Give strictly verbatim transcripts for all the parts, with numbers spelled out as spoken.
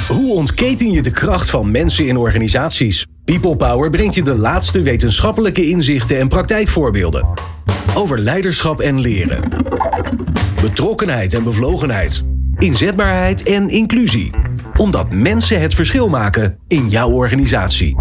Hoe ontketen je de kracht van mensen in organisaties? People Power brengt je de laatste wetenschappelijke inzichten en praktijkvoorbeelden. Over leiderschap en leren. Betrokkenheid en bevlogenheid. Inzetbaarheid en inclusie. Omdat mensen het verschil maken in jouw organisatie.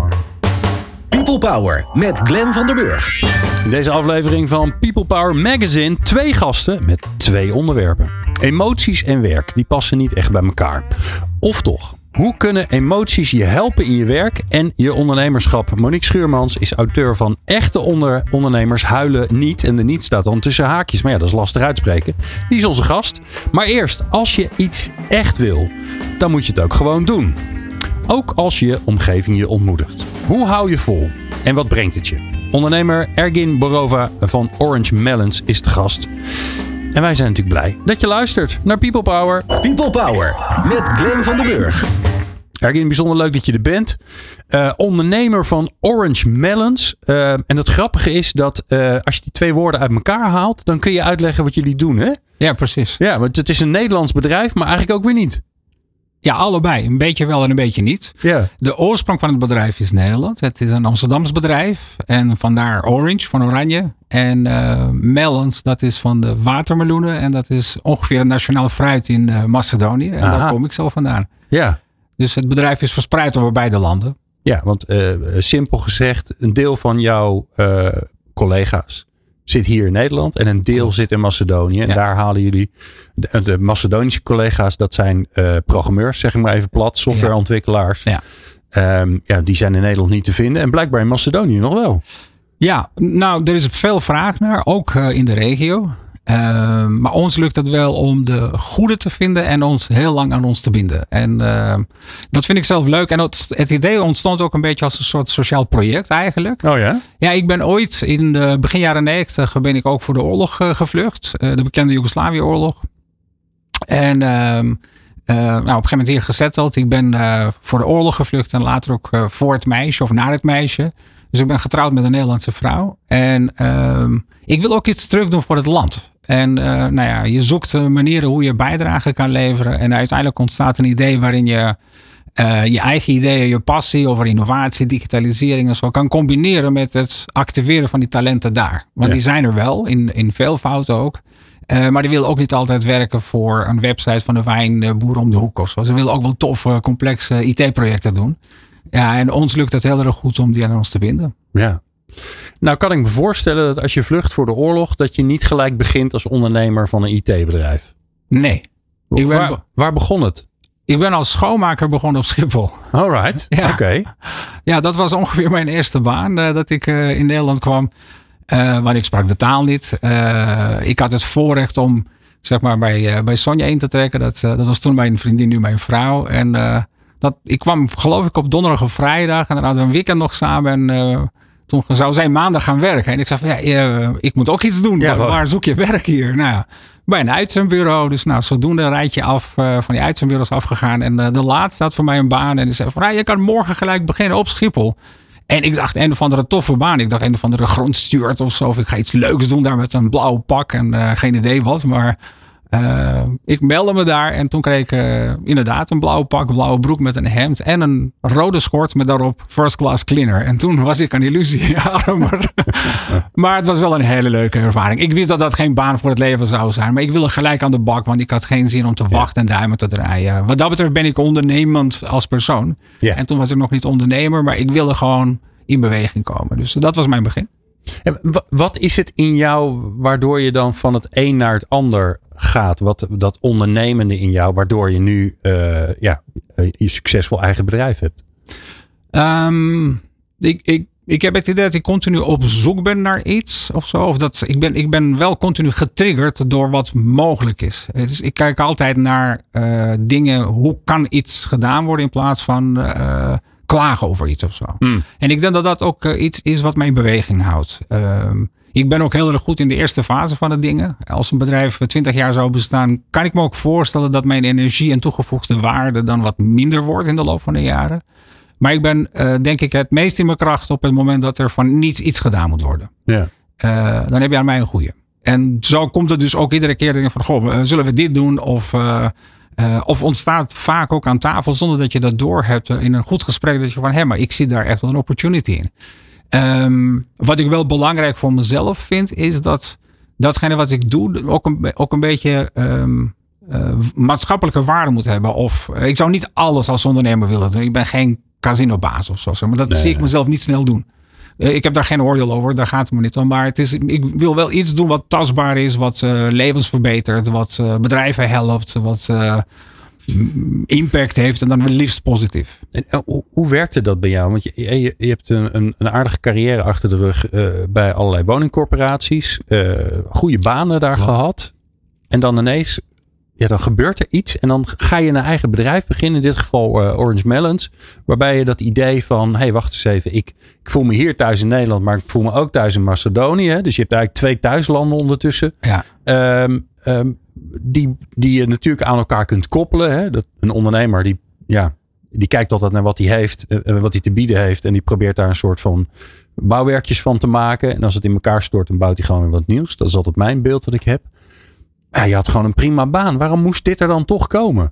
People Power met Glenn van der Burg. In deze aflevering van People Power Magazine twee gasten met twee onderwerpen. Emoties en werk, die passen niet echt bij elkaar. Of toch? Hoe kunnen emoties je helpen in je werk en je ondernemerschap? Monique Schuurmans is auteur van Echte onder- ondernemers huilen niet. En de niet staat dan tussen haakjes. Maar ja, dat is lastig uitspreken. Die is onze gast. Maar eerst, als je iets echt wil, dan moet je het ook gewoon doen. Ook als je omgeving je ontmoedigt. Hoe hou je vol? En wat brengt het je? Ondernemer Ergin Borova van Orange Melons is de gast. En wij zijn natuurlijk blij dat je luistert naar People Power. People Power met Glenn van der Burg. Ergin, bijzonder leuk dat je er bent. Uh, ondernemer van Orange Melons. Uh, en het grappige is dat uh, als je die twee woorden uit elkaar haalt, dan kun je uitleggen wat jullie doen, hè? Ja, precies. Ja, want het is een Nederlands bedrijf, maar eigenlijk ook weer niet. Ja, allebei. Een beetje wel en een beetje niet. Ja. De oorsprong van het bedrijf is Nederland. Het is een Amsterdams bedrijf. En vandaar Orange, van oranje. En uh, Melons, dat is van de watermeloenen. En dat is ongeveer een nationaal fruit in uh, Macedonië. En Aha. daar kom ik zelf vandaan. Ja. Dus het bedrijf is verspreid over beide landen. Ja, want uh, simpel gezegd, een deel van jouw uh, collega's zit hier in Nederland en een deel zit in Macedonië. En ja. Daar halen jullie de, de Macedonische collega's, dat zijn uh, programmeurs, zeg ik maar even plat, softwareontwikkelaars. Ja. Um, ja, die zijn in Nederland niet te vinden en blijkbaar in Macedonië nog wel. Ja, nou, er is veel vraag naar, ook uh, in de regio. Uh, maar ons lukt het wel om de goede te vinden en ons heel lang aan ons te binden. En uh, dat vind ik zelf leuk. En het, het idee ontstond ook een beetje als een soort sociaal project eigenlijk. Oh ja? Ja, ik ben ooit in de begin jaren negentig ben ik ook voor de oorlog uh, gevlucht. Uh, de bekende Joegoslavië-oorlog. En uh, uh, nou, op een gegeven moment hier gezetteld. Ik ben uh, voor de oorlog gevlucht en later ook uh, voor het meisje of naar het meisje. Dus ik ben getrouwd met een Nederlandse vrouw. En uh, ik wil ook iets terug doen voor het land. En uh, nou ja, je zoekt manieren hoe je bijdrage kan leveren. En uiteindelijk ontstaat een idee waarin je uh, je eigen ideeën, je passie over innovatie, digitalisering en zo kan combineren met het activeren van die talenten daar. Want ja. Die zijn er wel, in, in veelvoud ook. Uh, maar die willen ook niet altijd werken voor een website van de wijnboer om de hoek of zo. Ze willen ook wel toffe, complexe I T-projecten doen. Ja, en ons lukt het heel erg goed om die aan ons te binden. Ja. Nou kan ik me voorstellen dat als je vlucht voor de oorlog, dat je niet gelijk begint als ondernemer van een I T-bedrijf. Nee. Ik ben, waar, waar begon het? Ik ben als schoonmaker begonnen op Schiphol. Alright, ja. Oké. Okay. Ja, dat was ongeveer mijn eerste baan uh, dat ik uh, in Nederland kwam. Uh, want ik sprak de taal niet. Uh, ik had het voorrecht om zeg maar bij, uh, bij Sonja in te trekken. Dat, uh, dat was toen mijn vriendin, nu mijn vrouw. En uh, dat, ik kwam geloof ik op donderdag of vrijdag. En dan hadden we een weekend nog samen. En uh, toen zou zij maandag gaan werken. En ik zei van ja, uh, ik moet ook iets doen. Ja, waar, waar zoek je werk hier? Nou ja, bij een uitzendbureau. Dus nou, zodoende een rijtje af uh, van die uitzendbureaus afgegaan. En uh, de laatste had voor mij een baan. En die zei van ja, je kan morgen gelijk beginnen op Schiphol. En ik dacht een of andere toffe baan. Ik dacht een of andere grondstuurt of zo. Of ik ga iets leuks doen daar met een blauw pak. En uh, geen idee wat. Maar uh, ik meldde me daar. En toen kreeg ik uh, inderdaad een blauw pak, blauwe broek met een hemd. En een rode schort met daarop first class cleaner. En toen was ik een illusiearmer. Maar het was wel een hele leuke ervaring. Ik wist dat dat geen baan voor het leven zou zijn. Maar ik wilde gelijk aan de bak. Want ik had geen zin om te wachten en duimen te draaien. Wat dat betreft ben ik ondernemend als persoon. Ja. En toen was ik nog niet ondernemer. Maar ik wilde gewoon in beweging komen. Dus dat was mijn begin. En wat is het in jou waardoor je dan van het een naar het ander gaat? Wat dat ondernemende in jou, waardoor je nu uh, ja, je succesvol eigen bedrijf hebt? Um, ik, ik, ik heb het idee dat ik continu op zoek ben naar iets of zo. Of dat, ik, ben, ik ben wel continu getriggerd door wat mogelijk is. Het is ik kijk altijd naar uh, dingen. Hoe kan iets gedaan worden in plaats van Uh, klagen over iets of zo. Mm. En ik denk dat dat ook uh, iets is wat mij in beweging houdt. Um, ik ben ook heel erg goed in de eerste fase van de dingen. Als een bedrijf twintig jaar zou bestaan, kan ik me ook voorstellen dat mijn energie en toegevoegde waarde dan wat minder wordt in de loop van de jaren. Maar ik ben uh, denk ik het meest in mijn kracht op het moment dat er van niets iets gedaan moet worden. Ja. Uh, dan heb je aan mij een goeie. En zo komt het dus ook iedere keer van, goh, zullen we dit doen? Of uh, Uh, of ontstaat vaak ook aan tafel zonder dat je dat doorhebt in een goed gesprek. Dat je van, hé, maar ik zie daar echt wel een opportunity in. Um, wat ik wel belangrijk voor mezelf vind, is dat datgene wat ik doe ook een, ook een beetje um, uh, maatschappelijke waarde moet hebben. Of uh, ik zou niet alles als ondernemer willen doen. Ik ben geen casinobaas of zo. Maar dat nee, zie ik mezelf niet snel doen. Ik heb daar geen oordeel over, daar gaat het me niet om. Maar het is, ik wil wel iets doen wat tastbaar is, wat uh, levens verbetert, wat uh, bedrijven helpt, wat uh, impact heeft en dan het liefst positief. En, uh, hoe, hoe werkte dat bij jou? Want je, je, je hebt een, een, een aardige carrière achter de rug uh, bij allerlei woningcorporaties, uh, goede banen daar ja. gehad. En dan ineens, ja, dan gebeurt er iets en dan ga je een eigen bedrijf beginnen. In dit geval uh, Orange Melons. Waarbij je dat idee van, hé, hey, wacht eens even. Ik, ik voel me hier thuis in Nederland, maar ik voel me ook thuis in Macedonië. Hè? Dus je hebt eigenlijk twee thuislanden ondertussen. Ja. Um, um, die, die je natuurlijk aan elkaar kunt koppelen. Hè? Dat, een ondernemer die, ja, die kijkt altijd naar wat hij heeft, uh, wat hij te bieden heeft. En die probeert daar een soort van bouwwerkjes van te maken. En als het in elkaar stort, dan bouwt hij gewoon weer wat nieuws. Dat is altijd mijn beeld wat ik heb. Ja, je had gewoon een prima baan. Waarom moest dit er dan toch komen?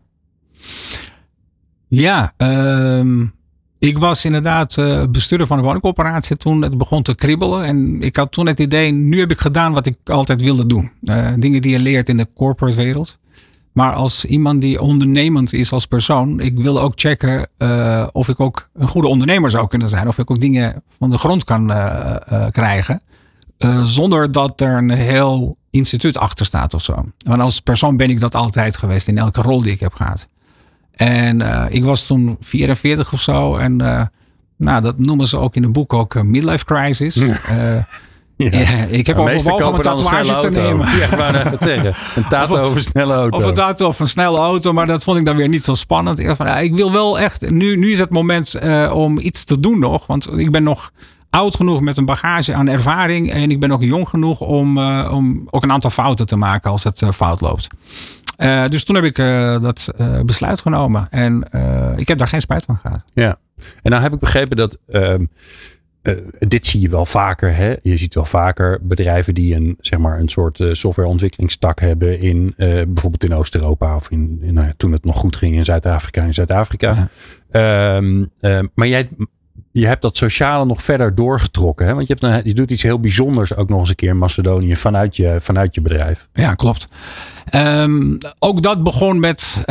Ja, um, ik was inderdaad uh, bestuurder van een woningcorporatie toen het begon te kriebelen. En ik had toen het idee, nu heb ik gedaan wat ik altijd wilde doen. Uh, dingen die je leert in de corporate wereld. Maar als iemand die ondernemend is als persoon, ik wilde ook checken uh, of ik ook een goede ondernemer zou kunnen zijn. Of ik ook dingen van de grond kan uh, uh, krijgen. Uh, zonder dat er een heel instituut achter staat of zo. Want als persoon ben ik dat altijd geweest in elke rol die ik heb gehad. En uh, ik was toen vierenveertig of zo. En uh, nou, dat noemen ze ook in het boek ook uh, midlife crisis. Uh, ja. Ja, ik heb overwogen om een tatoeage te nemen. Ja, maar wat zeggen. Een tato over een snelle auto. Of een tato over een snelle auto. Maar dat vond ik dan weer niet zo spannend. Ik, van, ja, ik wil wel echt... Nu, nu is het moment uh, om iets te doen nog. Want ik ben nog... oud genoeg met een bagage aan ervaring. En ik ben ook jong genoeg om, uh, om ook een aantal fouten te maken als het uh, fout loopt. Uh, dus toen heb ik uh, dat uh, besluit genomen. En uh, ik heb daar geen spijt van gehad. Ja, en nou heb ik begrepen dat... Uh, uh, dit zie je wel vaker. Hè? Je ziet wel vaker bedrijven die een, zeg maar, een soort uh, softwareontwikkelingstak hebben. In, uh, bijvoorbeeld in Oost-Europa. Of in, in, nou ja, toen het nog goed ging in Zuid-Afrika. In Zuid-Afrika. Ja. Um, uh, maar jij... Je hebt dat sociale nog verder doorgetrokken. Hè? Want je, hebt een, je doet iets heel bijzonders ook nog eens een keer in Macedonië vanuit je, vanuit je bedrijf. Ja, klopt. Um, ook dat begon met,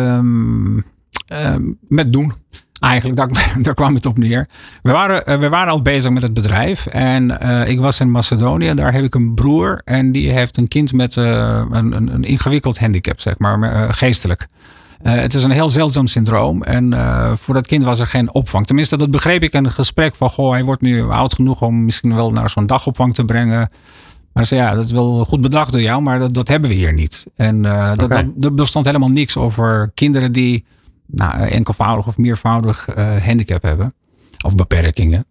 um, um, met doen. Eigenlijk, daar, daar kwam het op neer. We waren, uh, we waren al bezig met het bedrijf. En uh, ik was in Macedonië. Daar heb ik een broer. En die heeft een kind met uh, een, een, een ingewikkeld handicap, zeg maar, uh, geestelijk. Uh, het is een heel zeldzaam syndroom. En uh, voor dat kind was er geen opvang. Tenminste, dat begreep ik in een gesprek van... Goh, hij wordt nu oud genoeg om misschien wel naar zo'n dagopvang te brengen. Maar ze, ja, dat is wel goed bedacht door jou, maar dat, dat hebben we hier niet. En uh, dat, okay. dat, er bestond helemaal niks over kinderen die nou, enkelvoudig of meervoudig uh, handicap hebben. Of beperkingen.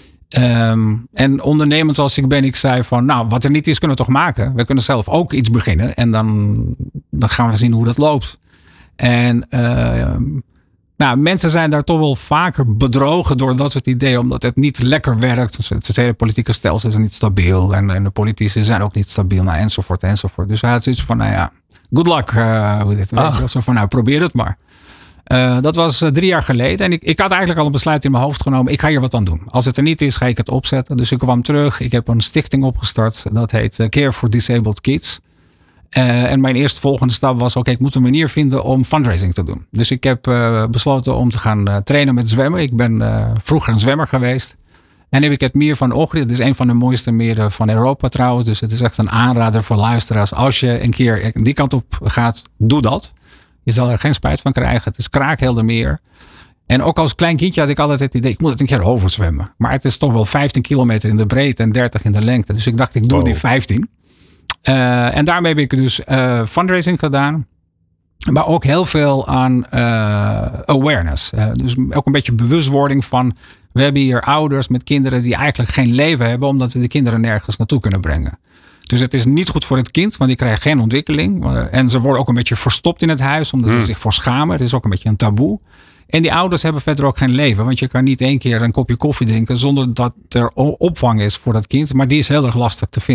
Um, en ondernemend als ik ben, ik zei van... Nou, wat er niet is, kunnen we toch maken? We kunnen zelf ook iets beginnen. En dan, dan gaan we zien hoe dat loopt. En uh, nou, mensen zijn daar toch wel vaker bedrogen door dat soort ideeën. Omdat het niet lekker werkt. Het hele politieke stelsel is niet stabiel. En, en de politici zijn ook niet stabiel. Nou, enzovoort, enzovoort. Dus hij had zoiets van, nou ja, good luck. Uh, hoe dit oh. Zo van, nou, probeer het maar. Uh, dat was uh, drie jaar geleden. En ik, ik had eigenlijk al een besluit in mijn hoofd genomen. Ik ga hier wat aan doen. Als het er niet is, ga ik het opzetten. Dus ik kwam terug. Ik heb een stichting opgestart. Dat heet uh, Care for Disabled Kids. Uh, en mijn eerste volgende stap was, oké, okay, ik moet een manier vinden om fundraising te doen. Dus ik heb uh, besloten om te gaan uh, trainen met zwemmen. Ik ben uh, vroeger een zwemmer geweest. En heb ik het meer van Ohrid. Het is een van de mooiste meren van Europa trouwens. Dus het is echt een aanrader voor luisteraars. Als je een keer die kant op gaat, doe dat. Je zal er geen spijt van krijgen. Het is kraakhelder meer. En ook als klein kindje had ik altijd het idee, ik moet het een keer overzwemmen. Maar het is toch wel vijftien kilometer in de breedte en dertig in de lengte. Dus ik dacht, ik doe wow. die vijftien. Uh, en daarmee heb ik dus uh, fundraising gedaan. Maar ook heel veel aan uh, awareness. Uh, dus ook een beetje bewustwording van... We hebben hier ouders met kinderen die eigenlijk geen leven hebben... omdat ze de kinderen nergens naartoe kunnen brengen. Dus het is niet goed voor het kind, want die krijgt geen ontwikkeling. Uh, en ze worden ook een beetje verstopt in het huis... omdat hmm. ze zich voor schamen. Het is ook een beetje een taboe. En die ouders hebben verder ook geen leven. Want je kan niet één keer een kopje koffie drinken... zonder dat er opvang is voor dat kind. Maar die is heel erg lastig te vinden.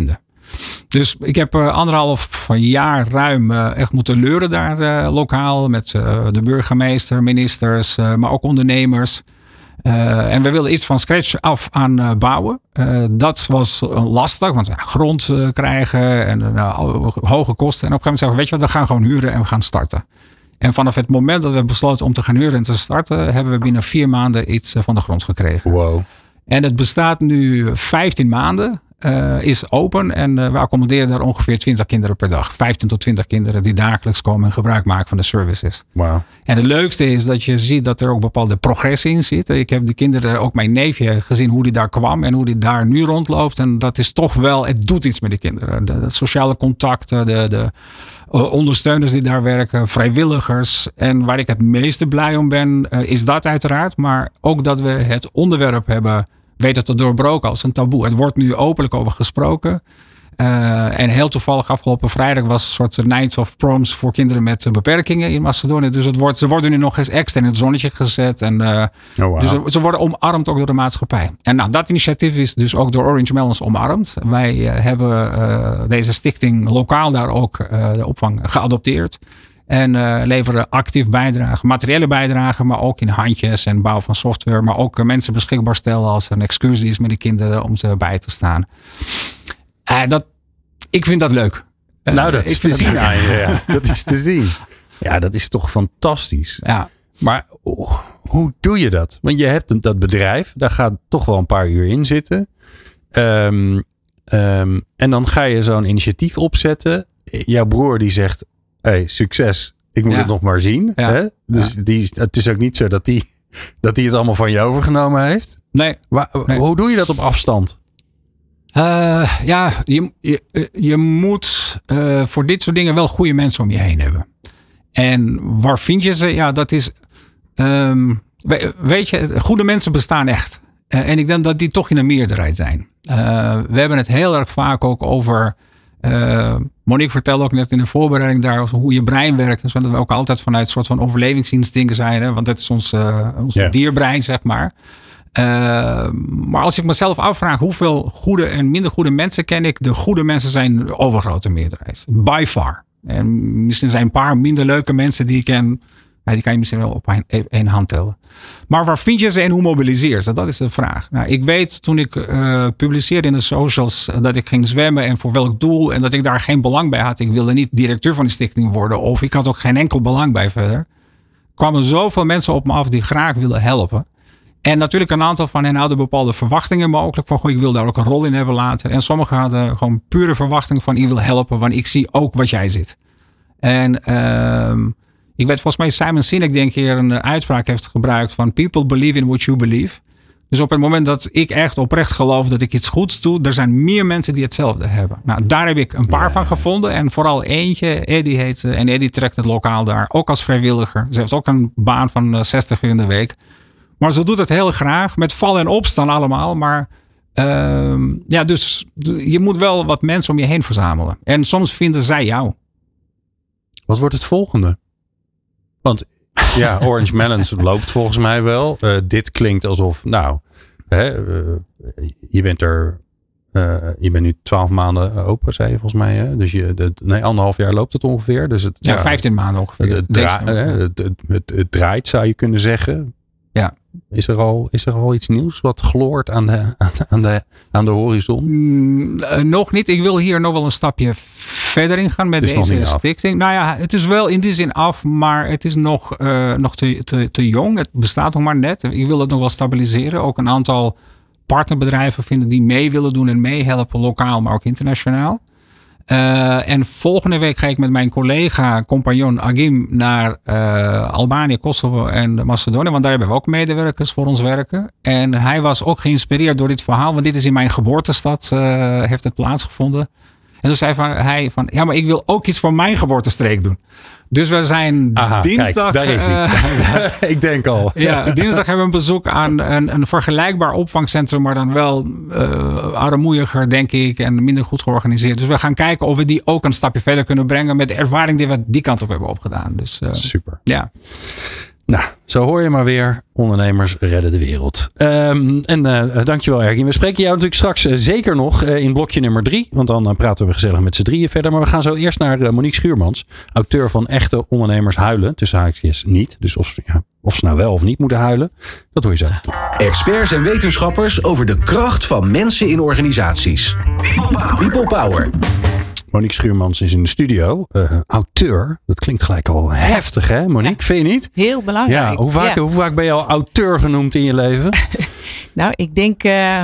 Dus ik heb uh, anderhalf jaar ruim uh, echt moeten leuren daar uh, lokaal. Met uh, de burgemeester, ministers, uh, maar ook ondernemers. Uh, en we wilden iets van scratch af aan uh, bouwen. Uh, dat was uh, lastig, want uh, grond uh, krijgen en uh, hoge kosten. En op een gegeven moment zeggen we, weet je wat, we gaan gewoon huren en we gaan starten. En vanaf het moment dat we besloten om te gaan huren en te starten, hebben we binnen vier maanden iets uh, van de grond gekregen. Wow. En het bestaat nu vijftien maanden. Uh, is open en uh, we accommoderen daar ongeveer twintig kinderen per dag. vijftien tot twintig kinderen die dagelijks komen en gebruik maken van de services. Wow. En het leukste is dat je ziet dat er ook bepaalde progressie in zit. Ik heb de kinderen, ook mijn neefje, gezien hoe die daar kwam en hoe die daar nu rondloopt. En dat is toch wel, het doet iets met de kinderen. De, de sociale contacten, de, de ondersteuners die daar werken, vrijwilligers. En waar ik het meeste blij om ben, uh, is dat uiteraard. Maar ook dat we het onderwerp hebben weten te doorbroken als een taboe. Het wordt nu openlijk over gesproken. Uh, en heel toevallig afgelopen vrijdag was een soort night of proms voor kinderen met beperkingen in Macedonië. Dus het wordt, ze worden nu nog eens extra in het zonnetje gezet. En, uh, oh, wow. Dus ze worden omarmd ook door de maatschappij. En nou, dat initiatief is dus ook door Orange Melons omarmd. Wij uh, hebben uh, deze stichting lokaal daar ook uh, de opvang geadopteerd. En uh, leveren actief bijdrage, materiële bijdrage, maar ook in handjes en bouw van software. Maar ook uh, mensen beschikbaar stellen als er een excursie is met de kinderen om ze bij te staan. Uh, dat, ik vind dat leuk. Uh, nou, dat is te zien aan je. Ja. Dat is te zien. Ja, dat is toch fantastisch. Ja. Maar oh, hoe doe je dat? Want je hebt dat bedrijf, daar gaat toch wel een paar uur in zitten. Um, um, en dan ga je zo'n initiatief opzetten. Jouw broer die zegt, hey, succes. Ik moet ja. het nog maar zien. Ja. Hè? Dus ja. die, het is ook niet zo dat die, dat die het allemaal van je overgenomen heeft. Nee. Maar, nee. Hoe doe je dat op afstand? Uh, ja, je, je, je moet uh, voor dit soort dingen wel goede mensen om je heen hebben. En waar vind je ze? Ja, dat is... Um, weet je, goede mensen bestaan echt. Uh, en ik denk dat die toch in de meerderheid zijn. Uh, we hebben het heel erg vaak ook over... Uh, Monique vertelde ook net in de voorbereiding daar hoe je brein werkt. Dus dat we ook altijd vanuit een soort van overlevingsinstincten zijn. Hè? Want dat is ons, uh, ons yeah. dierbrein, zeg maar. Uh, maar als ik mezelf afvraag hoeveel goede en minder goede mensen ken ik. De goede mensen zijn de overgrote meerderheid. By far. En misschien zijn een paar minder leuke mensen die ik ken. Ja, die kan je misschien wel op één hand tellen. Maar waar vind je ze en hoe mobiliseer je ze? Dat is de vraag. Nou, ik weet toen ik uh, publiceerde in de socials dat ik ging zwemmen en voor welk doel. En dat ik daar geen belang bij had. Ik wilde niet directeur van die stichting worden. Of ik had ook geen enkel belang bij verder. Kwamen zoveel mensen op me af die graag willen helpen. En natuurlijk een aantal van hen hadden bepaalde verwachtingen mogelijk. Van goh, ik wil daar ook een rol in hebben later. En sommigen hadden gewoon pure verwachtingen van ik wil helpen. Want ik zie ook wat jij zit. En... Uh, Ik weet volgens mij Simon Sinek denk ik een uitspraak heeft gebruikt van people believe in what you believe. Dus op het moment dat ik echt oprecht geloof dat ik iets goeds doe, er zijn meer mensen die hetzelfde hebben. Nou, daar heb ik een paar ja. van gevonden en vooral eentje, Eddie heet ze en Eddie trekt het lokaal daar, ook als vrijwilliger. Ze heeft ook een baan van zestig uur in de week. Maar ze doet het heel graag, met vallen en opstaan allemaal, maar uh, ja, dus je moet wel wat mensen om je heen verzamelen. En soms vinden zij jou. Wat wordt het volgende? Want ja, Orange Melons loopt volgens mij wel. Uh, dit klinkt alsof, nou, hè, uh, je bent er, uh, je bent nu twaalf maanden open, zei je volgens mij. Hè? Dus je, de, nee, anderhalf jaar loopt het ongeveer. Dus het, ja, ja, vijftien maanden ongeveer. Het, het, dra- het, het, het, het draait, zou je kunnen zeggen. Ja. Is er al, is er al iets nieuws wat gloort aan de, aan de, aan de horizon? Mm, uh, nog niet. Ik wil hier nog wel een stapje verder in gaan met deze stichting. Nou ja, het is wel in die zin af, maar het is nog, uh, nog te, te, te jong. Het bestaat nog maar net. Ik wil het nog wel stabiliseren. Ook een aantal partnerbedrijven vinden die mee willen doen en meehelpen, lokaal, maar ook internationaal. Uh, en volgende week ga ik met mijn collega, compagnon Agim naar uh, Albanië, Kosovo en Macedonië. Want daar hebben we ook medewerkers voor ons werken. En hij was ook geïnspireerd door dit verhaal. Want dit is in mijn geboortestad, uh, heeft het plaatsgevonden. En toen zei van, hij van, ja, maar ik wil ook iets voor mijn geboortestreek doen. Dus we zijn Aha, dinsdag... Kijk, daar is hij. Uh, ik denk al. Ja, dinsdag hebben we een bezoek aan een, een vergelijkbaar opvangcentrum, maar dan wel uh, armoeiger, denk ik, en minder goed georganiseerd. Dus we gaan kijken of we die ook een stapje verder kunnen brengen met de ervaring die we die kant op hebben opgedaan. Dus, uh, super. Ja. Nou, zo hoor je maar weer. Ondernemers redden de wereld. Um, en uh, dankjewel Ergien. We spreken jou natuurlijk straks uh, zeker nog uh, in blokje nummer drie. Want dan uh, praten we gezellig met z'n drieën verder. Maar we gaan zo eerst naar uh, Monique Schuurmans. Auteur van Echte Ondernemers Huilen. Tussen haakjes niet. Dus of, ja, of ze nou wel of niet moeten huilen. Dat hoor je zo. Experts en wetenschappers over de kracht van mensen in organisaties. People Power. People Power. Monique Schuurmans is in de studio. Uh, auteur. Dat klinkt gelijk al heftig, hè Monique? Ja. Vind je niet? Heel belangrijk. Ja, hoe, vaak, ja. hoe vaak ben je al auteur genoemd in je leven? Nou, ik denk... Uh,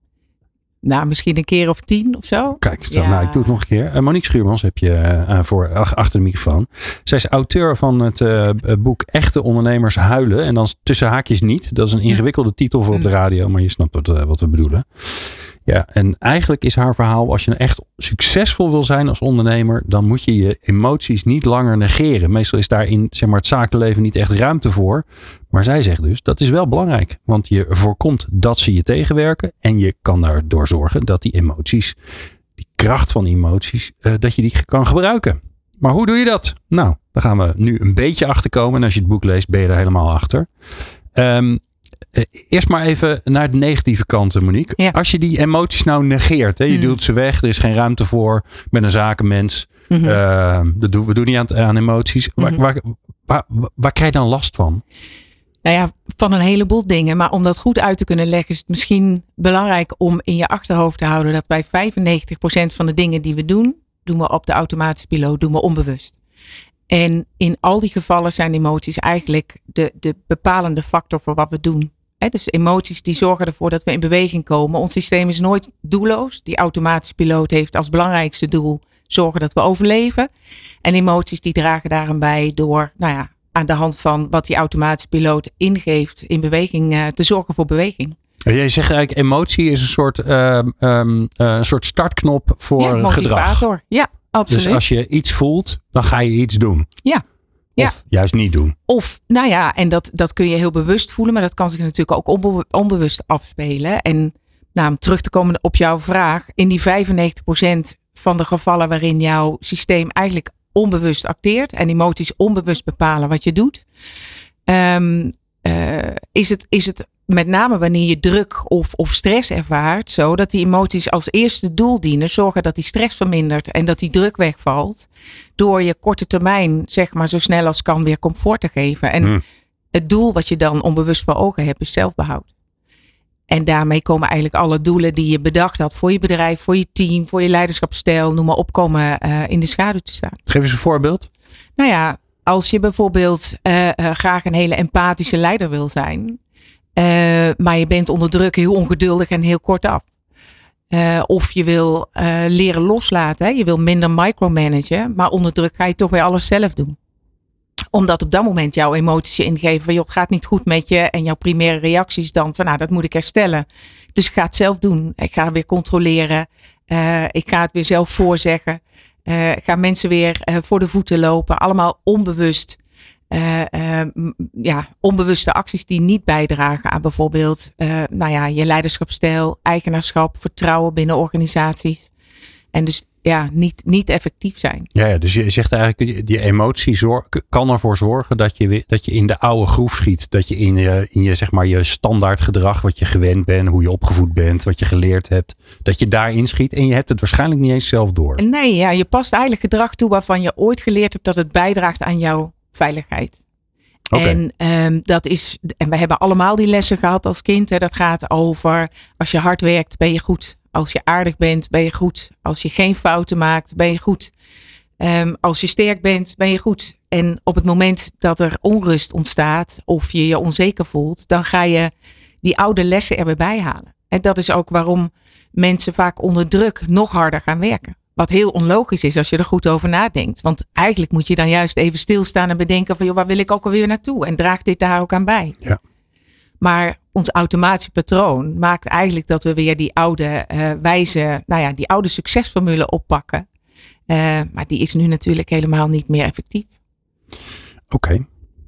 nou, misschien een keer of tien of zo. Kijk, stel, ja. nou, ik doe het nog een keer. Uh, Monique Schuurmans heb je uh, voor ach, achter de microfoon. Zij is auteur van het uh, boek Echte Ondernemers Huilen. En dan tussen haakjes niet. Dat is een ingewikkelde titel voor op de radio. Maar je snapt wat, uh, wat we bedoelen. Ja, en eigenlijk is haar verhaal, als je echt succesvol wil zijn als ondernemer, dan moet je je emoties niet langer negeren. Meestal is daar in zeg maar, het zakenleven niet echt ruimte voor. Maar zij zegt dus, dat is wel belangrijk. Want je voorkomt dat ze je tegenwerken en je kan daardoor zorgen dat die emoties, die kracht van emoties, uh, dat je die kan gebruiken. Maar hoe doe je dat? Nou, daar gaan we nu een beetje achter komen. En als je het boek leest, ben je er helemaal achter. Um, Uh, eerst maar even naar de negatieve kanten, Monique. Ja. Als je die emoties nou negeert, hè, je mm. duwt ze weg, er is geen ruimte voor. Ik ben een zakenmens. Mm-hmm. Uh, dat doen, we doen niet aan, aan emoties. Mm-hmm. Waar, waar, waar, waar, waar krijg je dan last van? Nou ja, van een heleboel dingen. Maar om dat goed uit te kunnen leggen, is het misschien belangrijk om in je achterhoofd te houden dat wij vijfennegentig procent van de dingen die we doen, doen we op de automatische piloot, doen we onbewust. En in al die gevallen zijn emoties eigenlijk de, de bepalende factor voor wat we doen. He, dus emoties die zorgen ervoor dat we in beweging komen. Ons systeem is nooit doelloos. Die automatische piloot heeft als belangrijkste doel zorgen dat we overleven. En emoties die dragen daaraan bij door nou ja, aan de hand van wat die automatische piloot ingeeft in beweging uh, te zorgen voor beweging. Jij zegt eigenlijk emotie is een soort, uh, um, uh, een soort startknop voor ja, motivator. Gedrag. Ja, absoluut. Dus als je iets voelt, dan ga je iets doen. Ja. Of ja. juist niet doen. Of, nou ja, en dat, dat kun je heel bewust voelen. Maar dat kan zich natuurlijk ook onbe- onbewust afspelen. En nou, om terug te komen op jouw vraag. In die vijfennegentig procent van de gevallen waarin jouw systeem eigenlijk onbewust acteert. En emoties onbewust bepalen wat je doet. Um, uh, is, het, is het met name wanneer je druk of, of stress ervaart. Zo dat die emoties als eerste doel dienen. Zorgen dat die stress vermindert en dat die druk wegvalt. Door je korte termijn, zeg maar zo snel als kan, weer comfort te geven. En hmm. het doel wat je dan onbewust voor ogen hebt is zelfbehoud. En daarmee komen eigenlijk alle doelen die je bedacht had voor je bedrijf, voor je team, voor je leiderschapsstijl, noem maar op, komen uh, in de schaduw te staan. Geef eens een voorbeeld. Nou ja, als je bijvoorbeeld uh, uh, graag een hele empathische leider wil zijn. Uh, maar je bent onder druk heel ongeduldig en heel kortaf. Uh, of je wil uh, leren loslaten. Hè? Je wil minder micromanagen. Maar onder druk ga je toch weer alles zelf doen. Omdat op dat moment jouw emoties je ingeven van joh, het gaat niet goed met je. En jouw primaire reactie is dan van nou, dat moet ik herstellen. Dus ik ga het zelf doen. Ik ga het weer controleren. Uh, ik ga het weer zelf voorzeggen. Uh, ik ga mensen weer uh, voor de voeten lopen. Allemaal onbewust. Uh, uh, ja, onbewuste acties die niet bijdragen aan bijvoorbeeld uh, nou ja, je leiderschapsstijl, eigenaarschap, vertrouwen binnen organisaties. En dus ja, niet, niet effectief zijn. Ja, ja, dus je zegt eigenlijk, die, die emotie zor- kan ervoor zorgen dat je, weer, dat je in de oude groef schiet. Dat je in je, in je, zeg maar, je standaard gedrag, wat je gewend bent, hoe je opgevoed bent, wat je geleerd hebt. Dat je daarin schiet en je hebt het waarschijnlijk niet eens zelf door. Nee, ja, je past eigenlijk gedrag toe waarvan je ooit geleerd hebt dat het bijdraagt aan jouw veiligheid. Okay. En um, dat is, en we hebben allemaal die lessen gehad als kind. Hè. Dat gaat over als je hard werkt, ben je goed. Als je aardig bent, ben je goed. Als je geen fouten maakt, ben je goed. Um, als je sterk bent, ben je goed. En op het moment dat er onrust ontstaat of je je onzeker voelt, dan ga je die oude lessen er weer bij halen. En dat is ook waarom mensen vaak onder druk nog harder gaan werken. Wat heel onlogisch is als je er goed over nadenkt. Want eigenlijk moet je dan juist even stilstaan en bedenken van joh, waar wil ik ook alweer naartoe? En draagt dit daar ook aan bij? Ja. Maar ons automatische patroon maakt eigenlijk dat we weer die oude uh, wijze, nou ja, die oude succesformule oppakken. Uh, maar die is nu natuurlijk helemaal niet meer effectief. Oké. Okay.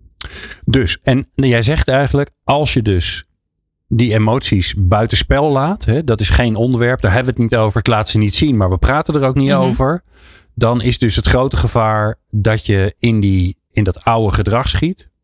Dus, en jij zegt eigenlijk, als je dus die emoties buitenspel laat, hè, dat is geen onderwerp, daar hebben we het niet over, ik laat ze niet zien, maar we praten er ook niet mm-hmm. over. Dan is dus het grote gevaar dat je in, die, in dat oude gedrag schiet.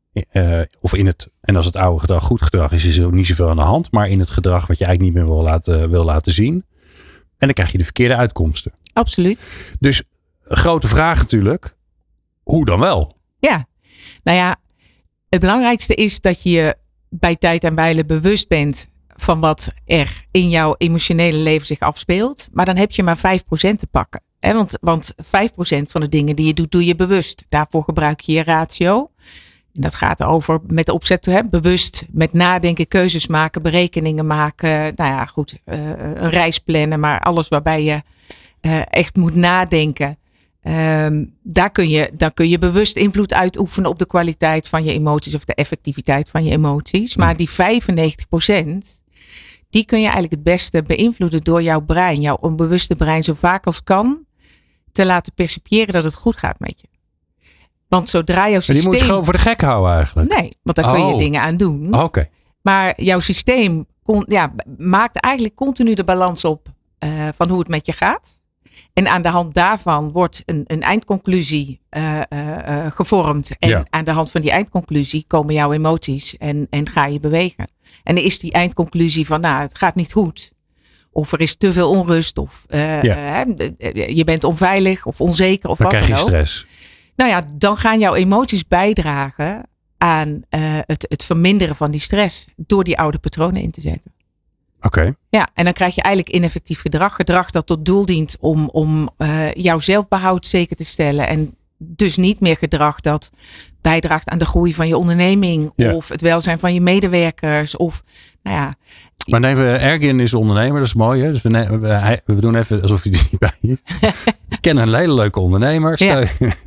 Uh, of in het, en als het oude gedrag goed gedrag is, is er ook niet zoveel aan de hand. Maar in het gedrag wat je eigenlijk niet meer wil laten, wil laten zien. En dan krijg je de verkeerde uitkomsten. Absoluut. Dus een grote vraag natuurlijk. Hoe dan wel? Ja, nou ja, het belangrijkste is dat je je bij tijd en wijle bewust bent van wat er in jouw emotionele leven zich afspeelt. Maar dan heb je maar vijf procent te pakken. Hè? Want, want vijf procent van de dingen die je doet, doe je bewust. Daarvoor gebruik je je ratio. En dat gaat over met opzet, hè, bewust met nadenken, keuzes maken, berekeningen maken. Nou ja, goed, uh, een reis plannen, maar alles waarbij je uh, echt moet nadenken. Um, daar, kun je, daar kun je bewust invloed uitoefenen op de kwaliteit van je emoties of de effectiviteit van je emoties. Maar die vijfennegentig procent, die kun je eigenlijk het beste beïnvloeden door jouw brein, jouw onbewuste brein, zo vaak als kan te laten percipiëren dat het goed gaat met je. Want zodra jouw systeem... Maar die moet je gewoon voor de gek houden eigenlijk? Nee, want daar kun je oh. dingen aan doen. Oké. Okay. Maar jouw systeem kon, ja, maakt eigenlijk continu de balans op uh, van hoe het met je gaat. En aan de hand daarvan wordt een, een eindconclusie uh, uh, uh, gevormd. En ja. aan de hand van die eindconclusie komen jouw emoties en, en ga je bewegen. En dan is die eindconclusie van, nou, het gaat niet goed. Of er is te veel onrust. Of uh, ja. uh, je bent onveilig of onzeker. Of dan wat krijg je dan ook. stress. Nou ja, dan gaan jouw emoties bijdragen aan uh, het, het verminderen van die stress. Door die oude patronen in te zetten. Oké. Okay. Ja, en dan krijg je eigenlijk ineffectief gedrag. Gedrag dat tot doel dient om, om uh, jouw zelfbehoud zeker te stellen. En dus niet meer gedrag dat bijdraagt aan de groei van je onderneming. Ja. Of het welzijn van je medewerkers. Of, nou ja. Maar nee, Ergin is ondernemer, dat is mooi. Hè? Dus we, ne- we, we doen even alsof hij er niet bij is. Ik ken een hele leuke ondernemer. Ja.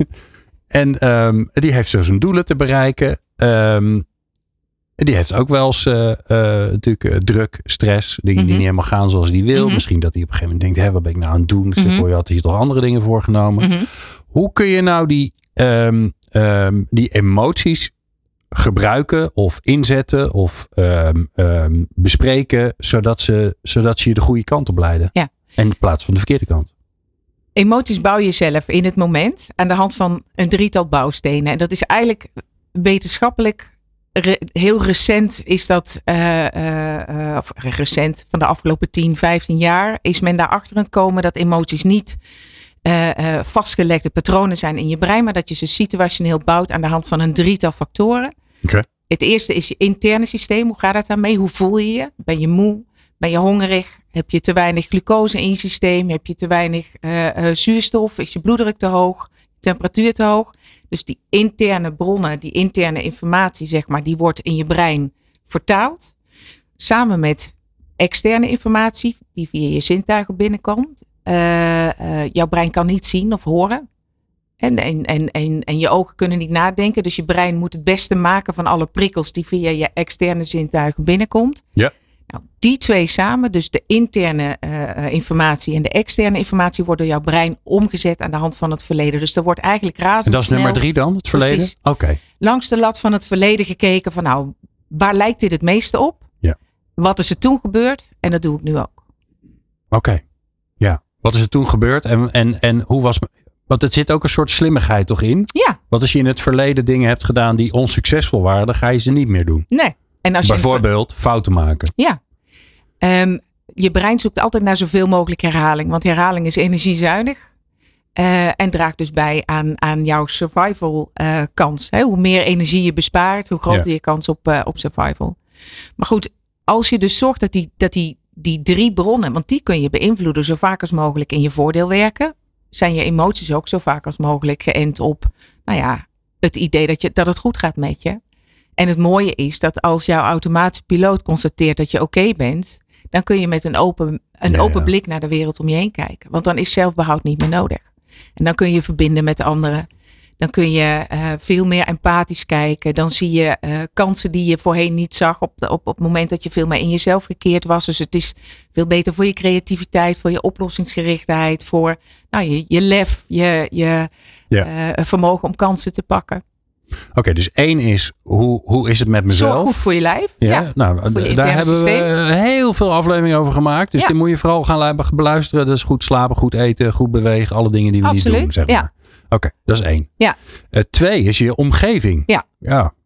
En um, die heeft zo zijn doelen te bereiken. Um, die heeft ook wel eens uh, uh, natuurlijk uh, druk, stress. Dingen mm-hmm. die niet helemaal gaan zoals hij wil. Mm-hmm. Misschien dat hij op een gegeven moment denkt, hé, wat ben ik nou aan het doen? Dus mm-hmm. je had hier toch andere dingen voorgenomen. Mm-hmm. Hoe kun je nou die, um, um, die emoties gebruiken of inzetten of um, um, bespreken, zodat ze, zodat ze je de goede kant op leiden? Ja. En in plaats van de verkeerde kant. Emoties bouw je zelf in het moment aan de hand van een drietal bouwstenen. En dat is eigenlijk wetenschappelijk re- heel recent is dat, uh, uh, of recent van de afgelopen tien, vijftien jaar, is men daarachter aan het komen dat emoties niet uh, uh, vastgelegde patronen zijn in je brein, maar dat je ze situationeel bouwt aan de hand van een drietal factoren. Okay. Het eerste is je interne systeem. Hoe gaat het daarmee? Hoe voel je je? Ben je moe? Ben je hongerig? Heb je te weinig glucose in je systeem? Heb je te weinig uh, uh, zuurstof? Is je bloeddruk te hoog? Temperatuur te hoog? Dus die interne bronnen, die interne informatie, zeg maar, die wordt in je brein vertaald. Samen met externe informatie, die via je zintuigen binnenkomt. Uh, uh, jouw brein kan niet zien of horen. En, en, en, en, en je ogen kunnen niet nadenken. Dus je brein moet het beste maken van alle prikkels die via je externe zintuigen binnenkomt. Ja. Nou, die twee samen, dus de interne uh, informatie en de externe informatie, wordt door jouw brein omgezet aan de hand van het verleden. Dus er wordt eigenlijk razendsnel. En dat is nummer drie dan, het verleden? Oké. Okay. Langs de lat van het verleden gekeken van nou, waar lijkt dit het meeste op? Ja. Wat is er toen gebeurd? En dat doe ik nu ook. Oké. Okay. Ja. Wat is er toen gebeurd en, en, en hoe was... Want het zit ook een soort slimmigheid toch in? Ja. Want als je in het verleden dingen hebt gedaan die onsuccesvol waren, dan ga je ze niet meer doen. Nee. En als je bijvoorbeeld fouten maken. Ja. Um, je brein zoekt altijd naar zoveel mogelijk herhaling. Want herhaling is energiezuinig. Uh, en draagt dus bij aan, aan jouw survival uh, kans. Hè? Hoe meer energie je bespaart, hoe groter ja. je kans op, uh, op survival. Maar goed, als je dus zorgt dat die, dat die, die drie bronnen, want die kun je beïnvloeden zo vaak als mogelijk in je voordeel werken. Zijn je emoties ook zo vaak als mogelijk geënt op, nou ja, het idee dat, je, dat het goed gaat met je. En het mooie is dat als jouw automatische piloot constateert dat je oké okay bent, dan kun je met een open, een ja, open ja. blik naar de wereld om je heen kijken. Want dan is zelfbehoud niet meer nodig. En dan kun je verbinden met anderen. Dan kun je uh, veel meer empathisch kijken. Dan zie je uh, kansen die je voorheen niet zag op, op, op het moment dat je veel meer in jezelf gekeerd was. Dus het is veel beter voor je creativiteit, voor je oplossingsgerichtheid, voor nou, je, je lef, je, je ja. uh, vermogen om kansen te pakken. Oké, okay, dus één is, hoe, hoe is het met mezelf? Zorg goed voor je lijf. Ja, ja nou, d- daar hebben systeem. we heel veel afleveringen over gemaakt. Dus ja. die moet je vooral gaan beluisteren. Dus goed slapen, goed eten, goed bewegen. Alle dingen die we Absoluut. niet doen, zeg maar. Ja. Oké, okay, dat is één. Ja. Uh, twee is je omgeving. Ja. ja.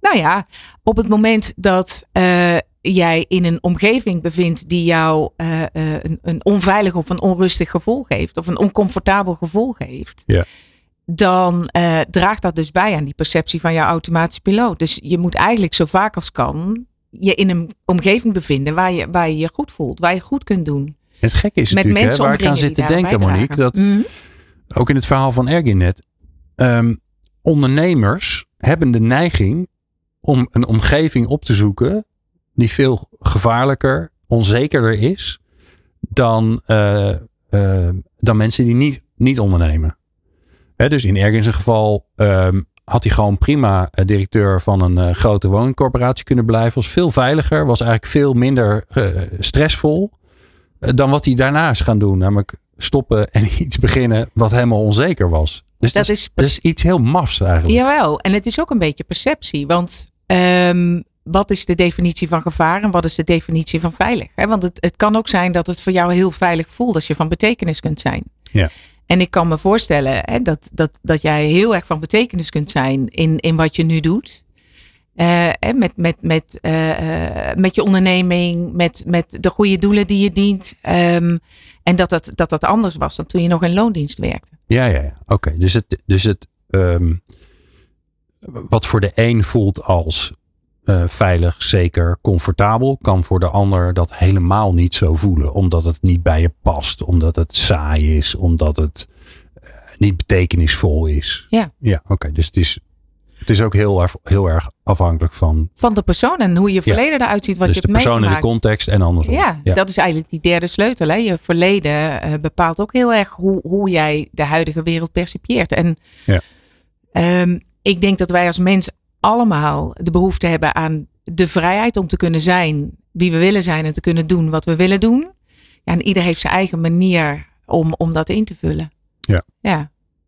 Nou ja, op het moment dat uh, jij in een omgeving bevindt die jou uh, uh, een, een onveilig of een onrustig gevoel geeft. Of een oncomfortabel gevoel geeft. Ja. Dan uh, draagt dat dus bij aan die perceptie van jouw automatische piloot. Dus je moet eigenlijk zo vaak als kan je in een omgeving bevinden waar je waar je, je goed voelt. Waar je goed kunt doen. Het gekke is Met natuurlijk, hè, waar ik aan mensen zit te omringen die denken, daarbij Monique. Dat dragen. Mhm. ook in het verhaal van Ergin net. Um, ondernemers hebben de neiging om een omgeving op te zoeken die veel gevaarlijker, onzekerder is dan, uh, uh, dan mensen die niet, niet ondernemen. Hè, dus in Ergin zijn geval um, had hij gewoon prima uh, directeur van een uh, grote woningcorporatie kunnen blijven. Was veel veiliger, was eigenlijk veel minder uh, stressvol uh, dan wat hij daarna is gaan doen. Namelijk stoppen en iets beginnen wat helemaal onzeker was. Dus dat, dat, is, dat is iets heel mafs eigenlijk. Jawel, en het is ook een beetje perceptie. Want um, wat is de definitie van gevaar en wat is de definitie van veilig? He, want het, het kan ook zijn dat het voor jou heel veilig voelt als je van betekenis kunt zijn. Ja. En ik kan me voorstellen hè, dat, dat, dat jij heel erg van betekenis kunt zijn in, in wat je nu doet. Uh, met, met, met, uh, met je onderneming, met, met de goede doelen die je dient. Um, en dat dat, dat dat anders was dan toen je nog in loondienst werkte. Ja, ja, ja. Oké. Okay. Dus het, dus het um, wat voor de een voelt als uh, veilig, zeker, comfortabel, kan voor de ander dat helemaal niet zo voelen. Omdat het niet bij je past, omdat het saai is, omdat het uh, niet betekenisvol is. Ja. Ja, oké. Okay. Dus het is, het is ook heel erg, heel erg afhankelijk van... Van de persoon en hoe je verleden ja. eruit ziet, wat dus je hebt meegemaakt. Dus de persoon meegemaakt. in de context en andersom. Ja, ja, dat is eigenlijk die derde sleutel. Hè. Je verleden uh, bepaalt ook heel erg hoe, hoe jij de huidige wereld percipieert. En ja. um, ik denk dat wij als mens allemaal de behoefte hebben aan de vrijheid om te kunnen zijn wie we willen zijn en te kunnen doen wat we willen doen. Ja, en ieder heeft zijn eigen manier om, om dat in te vullen. Ja. Ja.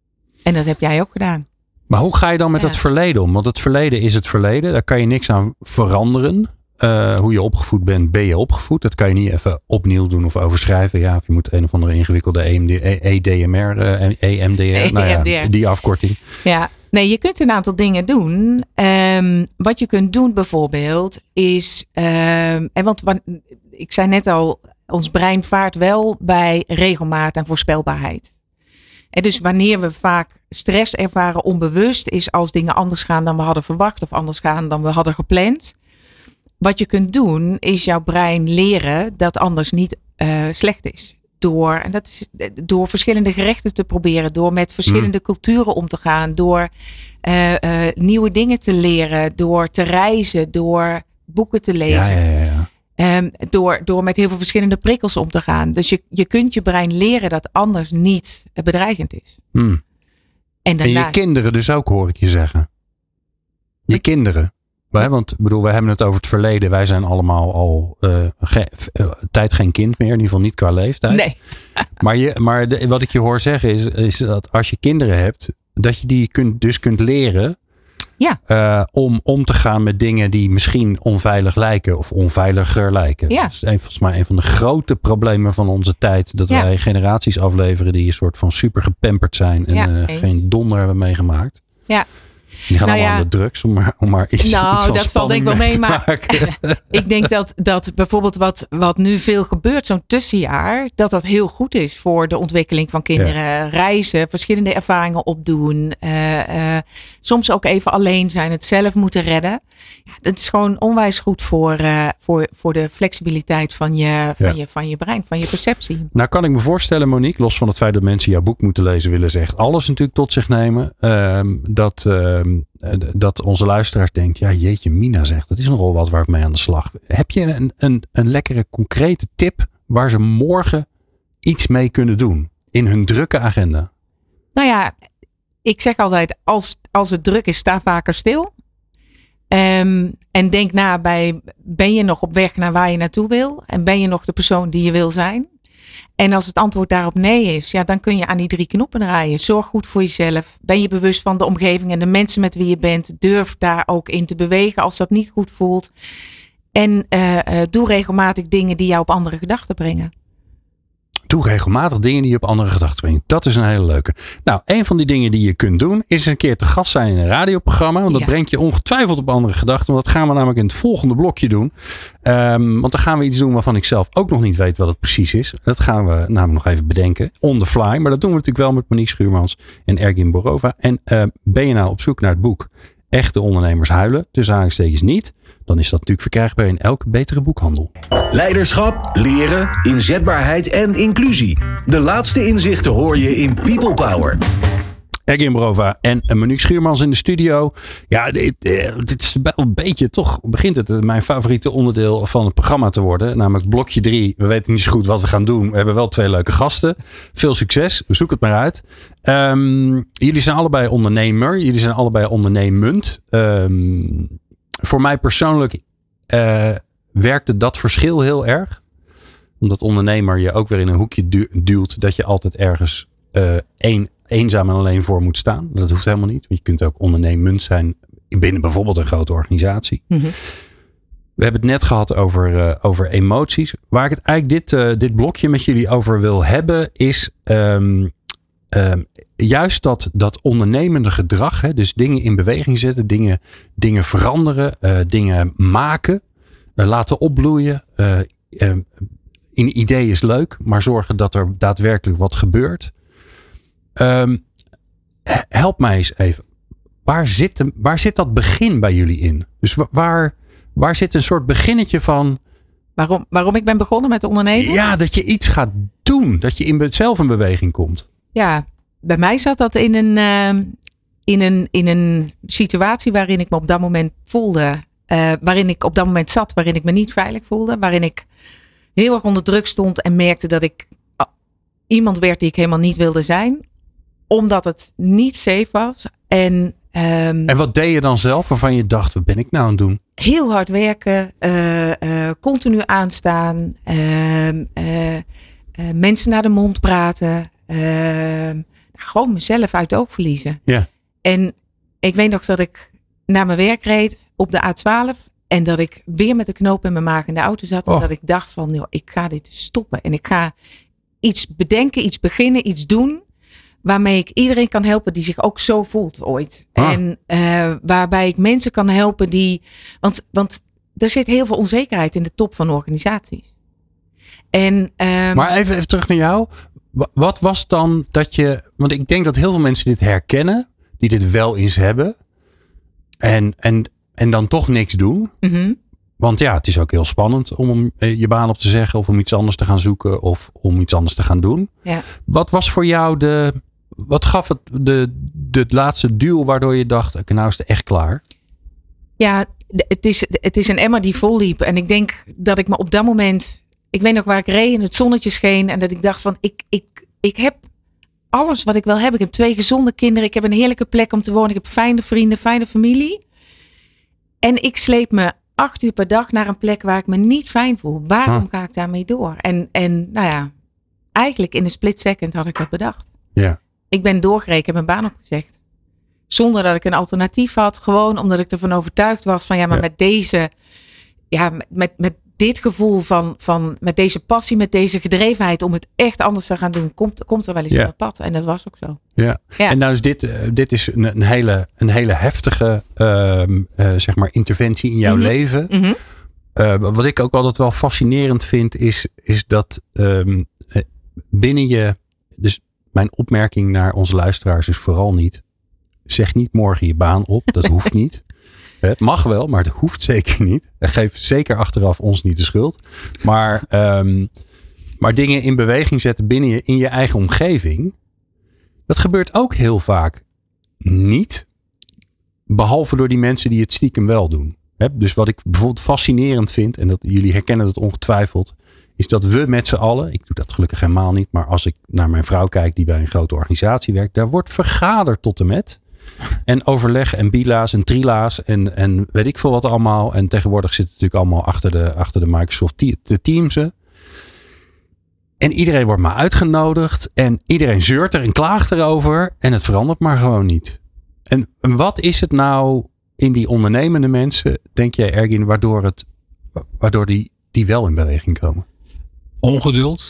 En dat heb jij ook gedaan. Maar hoe ga je dan met ja. het verleden om? Want het verleden is het verleden. Daar kan je niks aan veranderen. Uh, hoe je opgevoed bent, ben je opgevoed. Dat kan je niet even opnieuw doen of overschrijven. Ja, of je moet een of andere ingewikkelde E D M R, uh, E M D R, nou ja, die afkorting. Ja, nee, je kunt een aantal dingen doen. Um, wat je kunt doen bijvoorbeeld is... Um, en want ik zei net al, ons brein vaart wel bij regelmaat en voorspelbaarheid. En dus wanneer we vaak stress ervaren onbewust is als dingen anders gaan dan we hadden verwacht of anders gaan dan we hadden gepland. Wat je kunt doen is jouw brein leren dat anders niet uh, slecht is. Door, en dat is, door verschillende gerechten te proberen, door met verschillende mm. culturen om te gaan, door uh, uh, nieuwe dingen te leren, door te reizen, door boeken te lezen. Ja, ja, ja. Um, door, door met heel veel verschillende prikkels om te gaan. Dus je, je kunt je brein leren dat anders niet bedreigend is. Hmm. En, daarnaast, en je kinderen dus ook, hoor ik je zeggen. Je ik, kinderen. Wij, want bedoel, wij hebben het over het verleden. Wij zijn allemaal al uh, ge, uh, tijd geen kind meer. In ieder geval niet qua leeftijd. Nee. maar je, maar de, wat ik je hoor zeggen is, is dat als je kinderen hebt, dat je die kunt, dus kunt leren. Ja. Uh, om om te gaan met dingen die misschien onveilig lijken of onveiliger lijken. Ja. Dat is een, volgens mij een van de grote problemen van onze tijd. Dat ja. wij generaties afleveren die een soort van super gepamperd zijn en ja, uh, geen donder hebben meegemaakt. Ja. Die gaan nou allemaal ja. aan de drugs om maar, om maar iets, nou, iets van dat valt denk ik wel mee. Maar ik denk dat, dat bijvoorbeeld wat, wat nu veel gebeurt, zo'n tussenjaar, dat dat heel goed is voor de ontwikkeling van kinderen. Ja. Reizen, verschillende ervaringen opdoen. Uh, uh, soms ook even alleen zijn, het zelf moeten redden. Ja, dat is gewoon onwijs goed voor, uh, voor, voor de flexibiliteit van je, van, ja. je, van je brein, van je perceptie. Nou kan ik me voorstellen, Monique, los van het feit dat mensen jouw boek moeten lezen, willen ze echt alles natuurlijk tot zich nemen. Uh, dat... Uh, dat onze luisteraars denkt, ja jeetje, Mina zegt, dat is nogal wat waar ik mee aan de slag. Heb je een, een, een lekkere concrete tip waar ze morgen iets mee kunnen doen in hun drukke agenda? Nou ja, ik zeg altijd, als, als het druk is, sta vaker stil. Um, en denk na bij, ben je nog op weg naar waar je naartoe wil? En ben je nog de persoon die je wil zijn? En als het antwoord daarop nee is, ja, dan kun je aan die drie knoppen draaien. Zorg goed voor jezelf. Ben je bewust van de omgeving en de mensen met wie je bent. Durf daar ook in te bewegen als dat niet goed voelt. En uh, uh, doe regelmatig dingen die jou op andere gedachten brengen. doe regelmatig dingen die je op andere gedachten brengen. Dat is een hele leuke. Nou, een van die dingen die je kunt doen is een keer te gast zijn in een radioprogramma. Want dat Ja. brengt je ongetwijfeld op andere gedachten. Want dat gaan we namelijk in het volgende blokje doen. Um, want dan gaan we iets doen waarvan ik zelf ook nog niet weet wat het precies is. Dat gaan we namelijk nog even bedenken. On the fly. Maar dat doen we natuurlijk wel met Monique Schuurmans en Ergin Borova. En uh, ben je nou op zoek naar het boek Echte Ondernemers Huilen? Tussen aanstekens niet. Dan is dat natuurlijk verkrijgbaar in elke betere boekhandel. Leiderschap, leren, inzetbaarheid en inclusie. De laatste inzichten hoor je in People Power. Ergin Borova en Monique Schuurmans in de studio. Ja, dit, dit is wel een beetje toch, begint het mijn favoriete onderdeel van het programma te worden. Namelijk blokje drie. We weten niet zo goed wat we gaan doen. We hebben wel twee leuke gasten. Veel succes. Zoek het maar uit. Um, jullie zijn allebei ondernemer. Jullie zijn allebei ondernemend. Um, voor mij persoonlijk uh, werkte dat verschil heel erg. Omdat ondernemer je ook weer in een hoekje du- duwt. Dat je altijd ergens uh, één eenzaam en alleen voor moet staan. Dat hoeft helemaal niet. Want je kunt ook ondernemend zijn binnen bijvoorbeeld een grote organisatie. Mm-hmm. We hebben het net gehad over, uh, over emoties. Waar ik het eigenlijk dit, uh, dit blokje met jullie over wil hebben is um, um, juist dat, dat ondernemende gedrag. Hè, dus dingen in beweging zetten, dingen, dingen veranderen, uh, dingen maken, uh, laten opbloeien. Uh, uh, een idee is leuk, maar zorgen dat er daadwerkelijk wat gebeurt. Um, help mij eens even. Waar zit, de, waar zit dat begin bij jullie in? Dus waar, waar zit een soort beginnetje van... Waarom, waarom ik ben begonnen met ondernemen? Ja, dat je iets gaat doen. Dat je in, zelf in beweging komt. Ja, bij mij zat dat in een, uh, in een, in een situatie waarin ik me op dat moment voelde. Uh, waarin ik op dat moment zat, waarin ik me niet veilig voelde. Waarin ik heel erg onder druk stond en merkte dat ik uh, iemand werd die ik helemaal niet wilde zijn. Omdat het niet safe was. En, um, en wat deed je dan zelf waarvan je dacht, wat ben ik nou aan het doen? Heel hard werken, uh, uh, continu aanstaan, uh, uh, uh, mensen naar de mond praten, uh, nou, gewoon mezelf uit het oog verliezen. Ja. En ik weet nog dat ik naar mijn werk reed op de A twaalf en dat ik weer met de knoop in mijn maag in de auto zat. Oh. En dat ik dacht van, joh, ik ga dit stoppen en ik ga iets bedenken, iets beginnen, iets doen. Waarmee ik iedereen kan helpen die zich ook zo voelt ooit. Ah. En uh, waarbij ik mensen kan helpen die... Want, want er zit heel veel onzekerheid in de top van organisaties. En, um, maar even, even terug naar jou. Wat was dan dat je... Want ik denk dat heel veel mensen dit herkennen. Die dit wel eens hebben. En, en, en dan toch niks doen. Mm-hmm. Want ja, het is ook heel spannend om je baan op te zeggen. Of om iets anders te gaan zoeken. Of om iets anders te gaan doen. Ja. Wat was voor jou de... Wat gaf het de, de, het laatste duw waardoor je dacht, okay, nou is het echt klaar? Ja, het is, het is een emmer die vol liep. En ik denk dat ik me op dat moment... Ik weet nog waar ik reed en het zonnetje scheen. En dat ik dacht van, ik, ik, ik heb alles wat ik wil hebben. Ik heb twee gezonde kinderen. Ik heb een heerlijke plek om te wonen. Ik heb fijne vrienden, fijne familie. En ik sleep me acht uur per dag naar een plek waar ik me niet fijn voel. Waarom huh. ga ik daarmee door? En, en nou ja, eigenlijk in een split second had ik dat bedacht. Ja. Ik ben doorgereden en mijn baan opgezegd. Zonder dat ik een alternatief had. Gewoon omdat ik ervan overtuigd was van ja, maar ja. met deze, ja, met, met dit gevoel van, van, met deze passie, met deze gedrevenheid om het echt anders te gaan doen, komt, komt er wel eens ja. op het pad. En dat was ook zo. Ja. ja. En nou is dit, uh, dit is een, een, hele, een hele heftige, uh, uh, zeg maar, interventie in jouw mm-hmm. leven. Mm-hmm. Uh, wat ik ook altijd wel fascinerend vind, is, is dat um, binnen je, dus mijn opmerking naar onze luisteraars is vooral niet, zeg niet morgen je baan op. Dat hoeft niet. Het mag wel, maar het hoeft zeker niet. Geef zeker achteraf ons niet de schuld. Maar, um, maar dingen in beweging zetten binnen je, in je eigen omgeving. Dat gebeurt ook heel vaak niet. Behalve door die mensen die het stiekem wel doen. Dus wat ik bijvoorbeeld fascinerend vind, en dat jullie herkennen dat ongetwijfeld, is dat we met z'n allen, ik doe dat gelukkig helemaal niet, maar als ik naar mijn vrouw kijk die bij een grote organisatie werkt, daar wordt vergaderd tot en met. En overleg en bila's en trila's en, en weet ik veel wat allemaal. En tegenwoordig zit het natuurlijk allemaal achter de, achter de Microsoft de Teamsen. En iedereen wordt maar uitgenodigd en iedereen zeurt er en klaagt erover en het verandert maar gewoon niet. En, en wat is het nou in die ondernemende mensen, denk jij Ergin, waardoor, het, waardoor die, die wel in beweging komen? Ongeduld.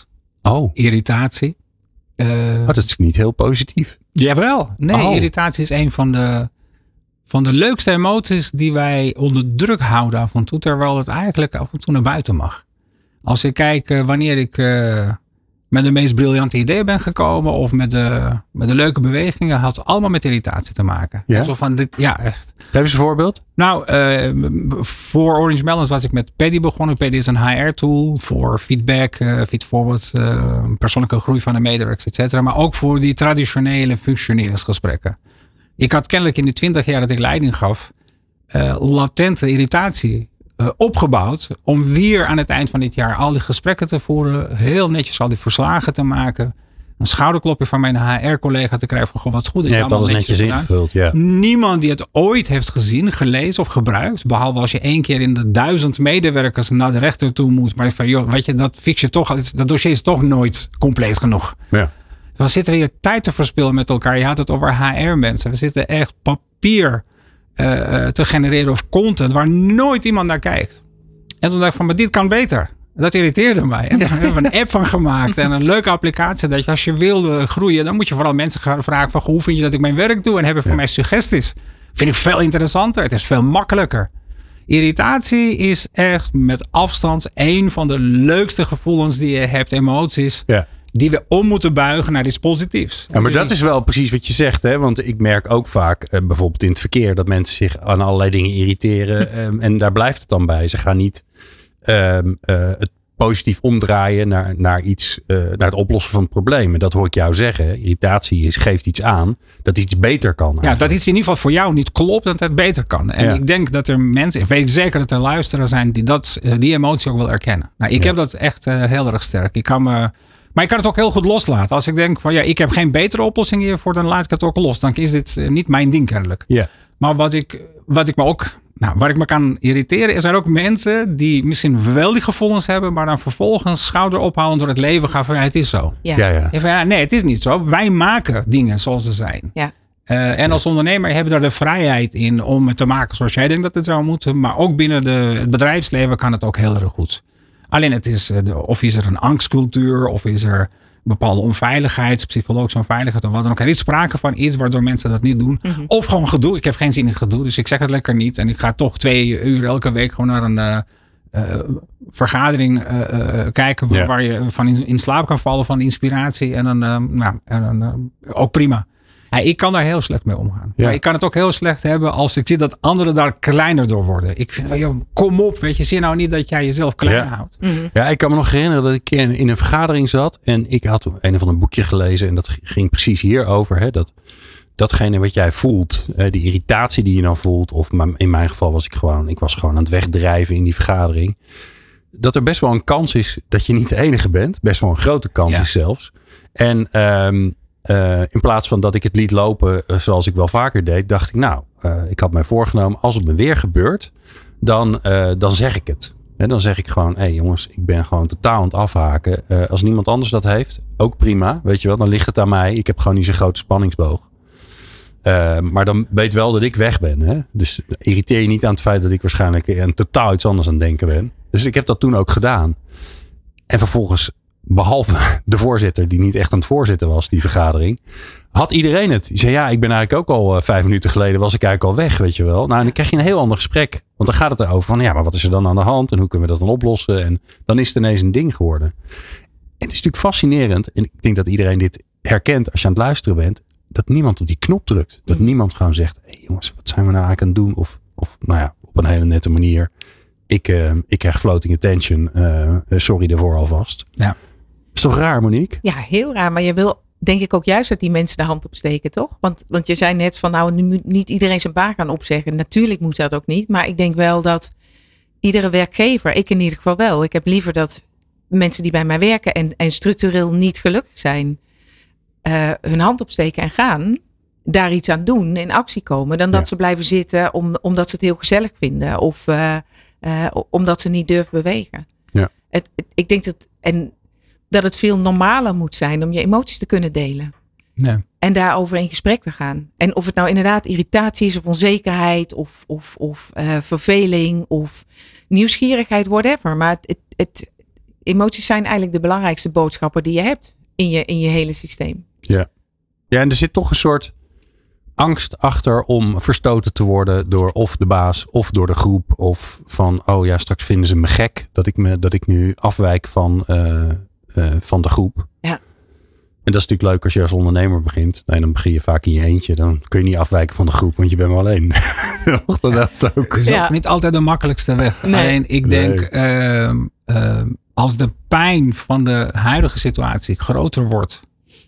Oh, irritatie. Uh, oh, dat is niet heel positief. Jawel. Nee, oh. irritatie is een van de, van de leukste emoties die wij onder druk houden af en toe. Terwijl het eigenlijk af en toe naar buiten mag. Als ik kijk uh, wanneer ik uh, met de meest briljante ideeën ben gekomen. Of met de, met de leuke bewegingen. Had het allemaal met irritatie te maken. Ja? Alsof van dit, ja, echt. Geef eens een voorbeeld. Nou, uh, voor Orange Melons was ik met Paddy begonnen. Paddy is een H R tool voor feedback, uh, feedforward, uh, persoonlijke groei van de medewerkers, et cetera. Maar ook voor die traditionele functioneringsgesprekken. Ik had kennelijk in de twintig jaar dat ik leiding gaf, uh, latente irritatie uh, opgebouwd. Om weer aan het eind van dit jaar al die gesprekken te voeren. Heel netjes al die verslagen te maken. Een schouderklopje van mijn H R-collega te krijgen van goh, wat goed is. Je hebt alles netjes, netjes ingevuld, ja. Niemand die het ooit heeft gezien, gelezen of gebruikt. Behalve als je één keer in de duizend medewerkers naar de rechter toe moet. Maar van, joh, weet je, dat fix je toch. Dat dossier is toch nooit compleet genoeg. Ja. We zitten weer tijd te verspillen met elkaar. Je had het over H R-mensen. We zitten echt papier uh, te genereren of content waar nooit iemand naar kijkt. En toen dacht ik van, maar dit kan beter. Dat irriteerde mij. En daar hebben we een app van gemaakt. En een leuke applicatie. Dat je als je wilde groeien. Dan moet je vooral mensen gaan vragen van hoe vind je dat ik mijn werk doe. En hebben voor ja. mij suggesties. Vind ik veel interessanter. Het is veel makkelijker. Irritatie is echt met afstand een van de leukste gevoelens die je hebt. Emoties. Ja. Die we om moeten buigen naar iets positiefs. Ja, maar dat is wel precies wat je zegt. Hè? Want ik merk ook vaak, eh, bijvoorbeeld in het verkeer, dat mensen zich aan allerlei dingen irriteren. eh, en daar blijft het dan bij. Ze gaan niet uh, uh, het positief omdraaien naar, naar iets, uh, naar het oplossen van het probleem. En dat hoor ik jou zeggen. Irritatie is, geeft iets aan dat iets beter kan. Eigenlijk. Ja, dat iets in ieder geval voor jou niet klopt, dat het beter kan. En ja. ik denk dat er mensen, ik weet zeker dat er luisteraars zijn die dat, die emotie ook wel erkennen. Nou, ik ja. heb dat echt uh, heel erg sterk. Ik kan me... Maar ik kan het ook heel goed loslaten. Als ik denk van ja, ik heb geen betere oplossing hiervoor, dan laat ik het ook los. Dan is dit niet mijn ding kennelijk. Ja. Maar wat ik, wat ik me ook, nou, waar ik me kan irriteren, er zijn ook mensen die misschien wel die gevoelens hebben, maar dan vervolgens schouder ophalen door het leven gaan van ja, het is zo. Ja. Ja, ja. Van, ja, nee, het is niet zo. Wij maken dingen zoals ze zijn. Ja. Uh, en als ondernemer hebben we daar de vrijheid in om het te maken zoals jij denkt dat het zou moeten. Maar ook binnen de, het bedrijfsleven kan het ook heel erg goed. Alleen het is, of is er een angstcultuur, of is er bepaalde onveiligheid, psychologische onveiligheid, of wat dan ook. Er is sprake van iets waardoor mensen dat niet doen. Mm-hmm. Of gewoon gedoe. Ik heb geen zin in gedoe, dus ik zeg het lekker niet. En ik ga toch twee uur elke week gewoon naar een uh, uh, vergadering uh, uh, kijken waar, ja. waar je van in, in slaap kan vallen van inspiratie. En dan, uh, nou, en dan uh, ook prima. Ja, ik kan daar heel slecht mee omgaan. Ja. Maar ik kan het ook heel slecht hebben als ik zie dat anderen daar kleiner door worden. Ik vind, joh, kom op, weet je, zie nou niet dat jij jezelf klein ja. houdt. Mm-hmm. Ja, ik kan me nog herinneren dat ik in, in een vergadering zat en ik had een of ander boekje gelezen en dat ging precies hierover. Hè, dat datgene wat jij voelt, die irritatie die je dan voelt, of in mijn geval was ik gewoon, ik was gewoon aan het wegdrijven in die vergadering. Dat er best wel een kans is dat je niet de enige bent. Best wel een grote kans ja. is zelfs. En um, Uh, in plaats van dat ik het liet lopen uh, zoals ik wel vaker deed, dacht ik nou, uh, ik had mij voorgenomen, als het me weer gebeurt, dan, uh, dan zeg ik het. En dan zeg ik gewoon, hé hey jongens, ik ben gewoon totaal aan het afhaken. Uh, als niemand anders dat heeft, ook prima, weet je wel, dan ligt het aan mij. Ik heb gewoon niet zo'n grote spanningsboog. Uh, maar dan weet wel dat ik weg ben. Hè? Dus irriteer je niet aan het feit dat ik waarschijnlijk aan totaal iets anders aan het denken ben. Dus ik heb dat toen ook gedaan. En vervolgens, behalve de voorzitter, die niet echt aan het voorzitten was, die vergadering, had iedereen het. Die zei, ja, ik ben eigenlijk ook al uh, vijf minuten geleden, was ik eigenlijk al weg, weet je wel. Nou, en dan krijg je een heel ander gesprek. Want dan gaat het erover van, ja, maar wat is er dan aan de hand? En hoe kunnen we dat dan oplossen? En dan is het ineens een ding geworden. En het is natuurlijk fascinerend. En ik denk dat iedereen dit herkent als je aan het luisteren bent. Dat niemand op die knop drukt. Dat mm. niemand gewoon zegt, hé hey, jongens, wat zijn we nou eigenlijk aan het doen? Of, of nou ja, op een hele nette manier. Ik, uh, ik krijg floating attention. Uh, sorry daarvoor alvast. Ja. Is toch raar, Monique? Ja, heel raar. Maar je wil denk ik ook juist dat die mensen de hand opsteken, toch? Want, want je zei net van nou, nu moet niet iedereen zijn baan gaan opzeggen. Natuurlijk moet dat ook niet. Maar ik denk wel dat iedere werkgever, ik in ieder geval wel. Ik heb liever dat mensen die bij mij werken en, en structureel niet gelukkig zijn, uh, hun hand opsteken en gaan. Daar iets aan doen, in actie komen. Dan dat ja. ze blijven zitten om, omdat ze het heel gezellig vinden. Of uh, uh, omdat ze niet durven bewegen. Ja. Het, het, ik denk dat... En, dat het veel normaler moet zijn om je emoties te kunnen delen. Ja. En daarover in gesprek te gaan. En of het nou inderdaad irritatie is of onzekerheid of, of, of uh, verveling of nieuwsgierigheid, whatever. Maar het, het, het, emoties zijn eigenlijk de belangrijkste boodschappen die je hebt in je, in je hele systeem. Ja. Ja, en er zit toch een soort angst achter om verstoten te worden door of de baas of door de groep. Of van, oh ja, straks vinden ze me gek dat ik, me, dat ik nu afwijk van, uh, uh, van de groep. Ja. En dat is natuurlijk leuk als je als ondernemer begint. Nee, dan begin je vaak in je eentje. Dan kun je niet afwijken van de groep, want je bent maar alleen. dat helpt ook. Het is Ja. ook niet altijd de makkelijkste weg. Nee. Alleen ik denk, Nee. uh, uh, als de pijn van de huidige situatie groter wordt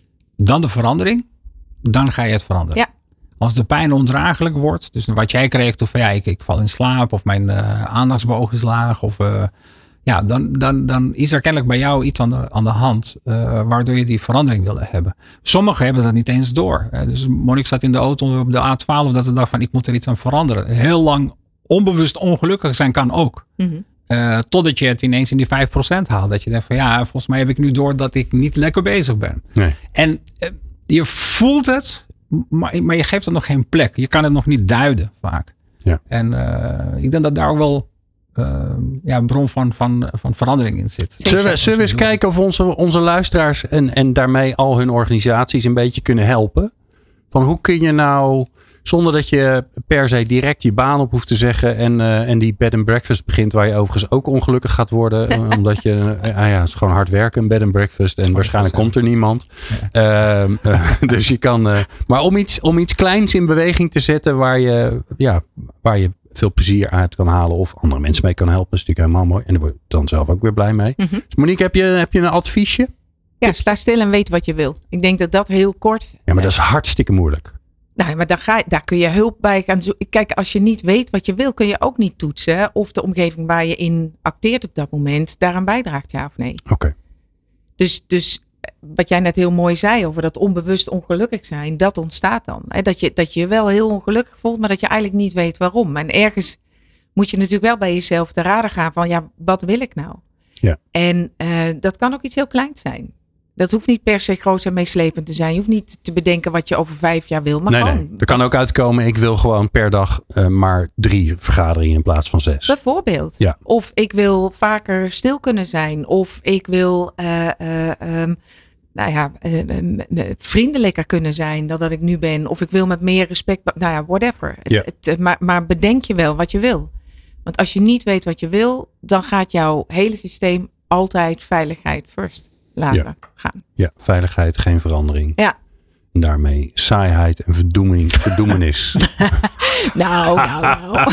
dan de verandering, dan ga je het veranderen. Ja. Als de pijn ondraaglijk wordt, dus wat jij kreeg, of ja, ik, ik val in slaap, of mijn uh, aandachtsboog is laag, of uh, ja, dan, dan, dan is er kennelijk bij jou iets aan de, aan de hand, uh, waardoor je die verandering wil hebben. Sommigen hebben dat niet eens door. Uh, dus Monique zat in de auto op de A twaalf, dat ze dacht van, ik moet er iets aan veranderen. Heel lang onbewust ongelukkig zijn kan ook. Mm-hmm. Uh, totdat je het ineens in die vijf procent haalt. Dat je denkt van, ja, volgens mij heb ik nu door dat ik niet lekker bezig ben. Nee. En uh, je voelt het, maar, maar je geeft het nog geen plek. Je kan het nog niet duiden vaak. Ja. En uh, ik denk dat daar ook wel uh, ja, een bron van, van, van verandering in zit. Zullen we, zullen we eens kijken of onze, onze luisteraars en, en daarmee al hun organisaties een beetje kunnen helpen? Van hoe kun je nou, zonder dat je per se direct je baan op hoeft te zeggen en, uh, en die bed and breakfast begint, waar je overigens ook ongelukkig gaat worden. omdat je, uh, ja, het is gewoon hard werken, een bed and breakfast. En waarschijnlijk komt er niemand. Ja. Uh, uh, dus je kan, uh, maar om iets, om iets kleins in beweging te zetten waar je, ja, waar je veel plezier uit kan halen of andere mensen mee kan helpen, is natuurlijk helemaal mooi. En daar word je dan zelf ook weer blij mee. Mm-hmm. Dus Monique, heb je, heb je een adviesje? Ja, sta stil en weet wat je wil. Ik denk dat dat heel kort. Ja, maar dat is hartstikke moeilijk. Nou, maar daar, ga, daar kun je hulp bij gaan zoeken. Kijk, als je niet weet wat je wil, kun je ook niet toetsen of de omgeving waar je in acteert op dat moment daaraan bijdraagt, ja of nee. Oké. Okay. Dus, dus wat jij net heel mooi zei over dat onbewust ongelukkig zijn, dat ontstaat dan. Hè? Dat je, dat je je wel heel ongelukkig voelt, maar dat je eigenlijk niet weet waarom. En ergens moet je natuurlijk wel bij jezelf te raden gaan van, ja, wat wil ik nou? Ja. En uh, dat kan ook iets heel kleins zijn. Dat hoeft niet per se groot en meeslepend te zijn. Je hoeft niet te bedenken wat je over vijf jaar wil. Maar nee, gewoon, nee. Er kan ook uitkomen, ik wil gewoon per dag uh, maar drie vergaderingen in plaats van zes. Bijvoorbeeld. Ja. Of ik wil vaker stil kunnen zijn. Of ik wil uh, uh, um, nou ja, uh, uh, vriendelijker kunnen zijn dan dat ik nu ben. Of ik wil met meer respect. Nou ja, whatever. Ja. Het, het, maar, maar bedenk je wel wat je wil. Want als je niet weet wat je wil, dan gaat jouw hele systeem altijd veiligheid first laten ja. gaan. Ja, veiligheid, geen verandering. Ja. En daarmee saaiheid en verdoeming, verdoemenis. nou, nou, nou.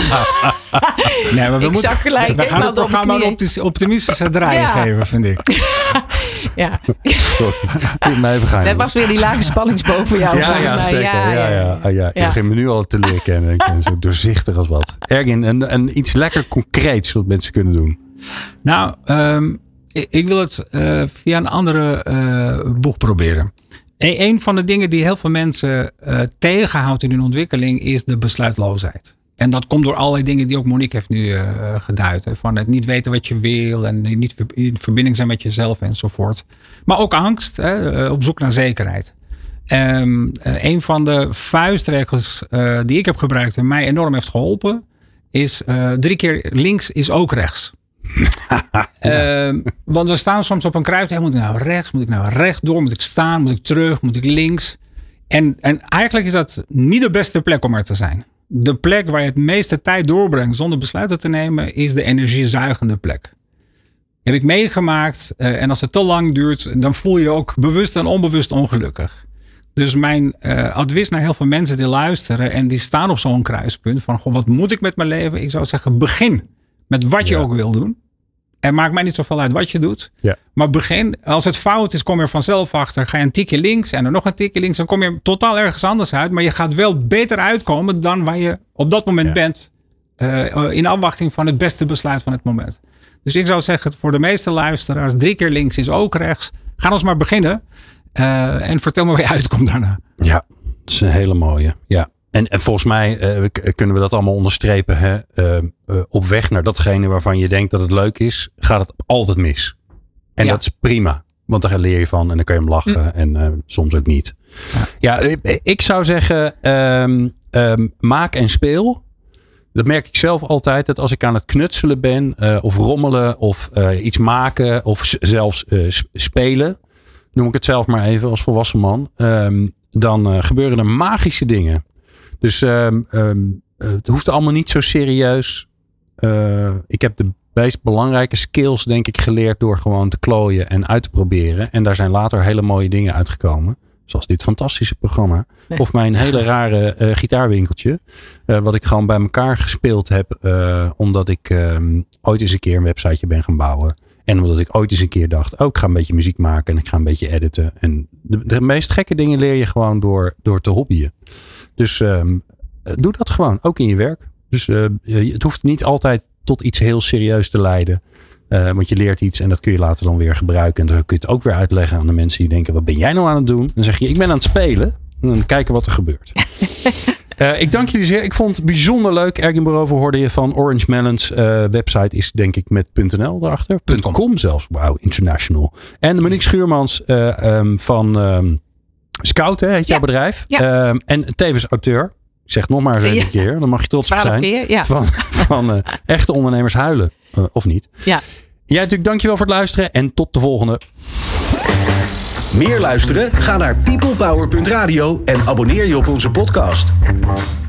Nee, maar we ik moeten, zag gelijk. We gaan het programma een optimistische draai ja. geven, vind ik. ja. mij even gaan. Dat was weer die lage spanningsboog voor jou. Ja, ja, zeker. Ja, ja, ja. ja, ja. Ik ja. begin me nu al te leren kennen. Ik ben zo doorzichtig als wat. Ergin, een, een iets lekker concreets wat mensen kunnen doen. Nou, um, ik, ik wil het uh, via een andere uh, boeg proberen. E- een van de dingen die heel veel mensen uh, tegenhoudt in hun ontwikkeling is de besluitloosheid. En dat komt door allerlei dingen die ook Monique heeft nu uh, geduid. Hè, van het niet weten wat je wil en niet in verbinding zijn met jezelf enzovoort. Maar ook angst, hè, op zoek naar zekerheid. Um, uh, een van de vuistregels uh, die ik heb gebruikt en mij enorm heeft geholpen is uh, drie keer links is ook rechts. uh, want we staan soms op een kruis. Moet ik nou rechts? Moet ik nou rechtdoor? Moet ik staan? Moet ik terug? Moet ik links? En, en eigenlijk is dat niet de beste plek om er te zijn. De plek waar je het meeste tijd doorbrengt zonder besluiten te nemen is de energiezuigende plek. Heb ik meegemaakt. Uh, en als het te lang duurt, dan voel je je ook bewust en onbewust ongelukkig. Dus mijn uh, advies naar heel veel mensen die luisteren en die staan op zo'n kruispunt van, goh, wat moet ik met mijn leven? Ik zou zeggen, begin met wat je ja. ook wil doen. En maakt mij niet zoveel uit wat je doet. Ja. Maar begin, als het fout is, kom je er vanzelf achter. Ga je een tikje links en dan nog een tikje links. Dan kom je totaal ergens anders uit. Maar je gaat wel beter uitkomen dan waar je op dat moment ja. bent. Uh, in afwachting van het beste besluit van het moment. Dus ik zou zeggen, voor de meeste luisteraars, drie keer links is ook rechts. Ga ons maar beginnen. Uh, en vertel me waar je uitkomt daarna. Ja, dat is een hele mooie. Ja. En, en volgens mij uh, kunnen we dat allemaal onderstrepen. Hè? Uh, uh, op weg naar datgene waarvan je denkt dat het leuk is, gaat het altijd mis. En ja. dat is prima. Want daar leer je van en dan kan je hem lachen. Mm. En uh, soms ook niet. Ja, ja ik, ik zou zeggen, um, um, maak en speel. Dat merk ik zelf altijd. Dat als ik aan het knutselen ben. Uh, of rommelen. Of uh, iets maken. Of s- zelfs uh, spelen. Noem ik het zelf maar even als volwassen man. Um, dan uh, gebeuren er magische dingen. Dus um, um, uh, het hoeft allemaal niet zo serieus. Uh, ik heb de meest belangrijke skills denk ik geleerd. Door gewoon te klooien en uit te proberen. En daar zijn later hele mooie dingen uitgekomen. Zoals dit fantastische programma. Nee. Of mijn hele rare uh, gitaarwinkeltje. Uh, wat ik gewoon bij elkaar gespeeld heb. Uh, omdat ik um, ooit eens een keer een websiteje ben gaan bouwen. En omdat ik ooit eens een keer dacht. Oh, ik ga een beetje muziek maken. En ik ga een beetje editen. En de, de meest gekke dingen leer je gewoon door, door te hobbyen. Dus um, doe dat gewoon. Ook in je werk. Dus uh, het hoeft niet altijd tot iets heel serieus te leiden. Uh, want je leert iets en dat kun je later dan weer gebruiken. En dan kun je het ook weer uitleggen aan de mensen die denken. Wat ben jij nou aan het doen? Dan zeg je, ik ben aan het spelen. En dan kijken wat er gebeurt. uh, ik dank jullie zeer. Ik vond het bijzonder leuk. Ergin Barover hoorde je van Orange Melons. Uh, website is denk ik met .nl erachter. .com zelfs. Wauw, international. En Monique Schuurmans uh, um, van um, Scout, hè, heet ja. jouw bedrijf. Ja. Um, en tevens auteur. Ik zeg nog maar eens even ja. een keer. Dan mag je trots op zijn. Keer, ja. Van, van uh, echte ondernemers huilen. Uh, of niet. Ja. Jij natuurlijk dankjewel voor het luisteren. En tot de volgende. Meer luisteren? Ga naar peoplepower punt radio en abonneer je op onze podcast.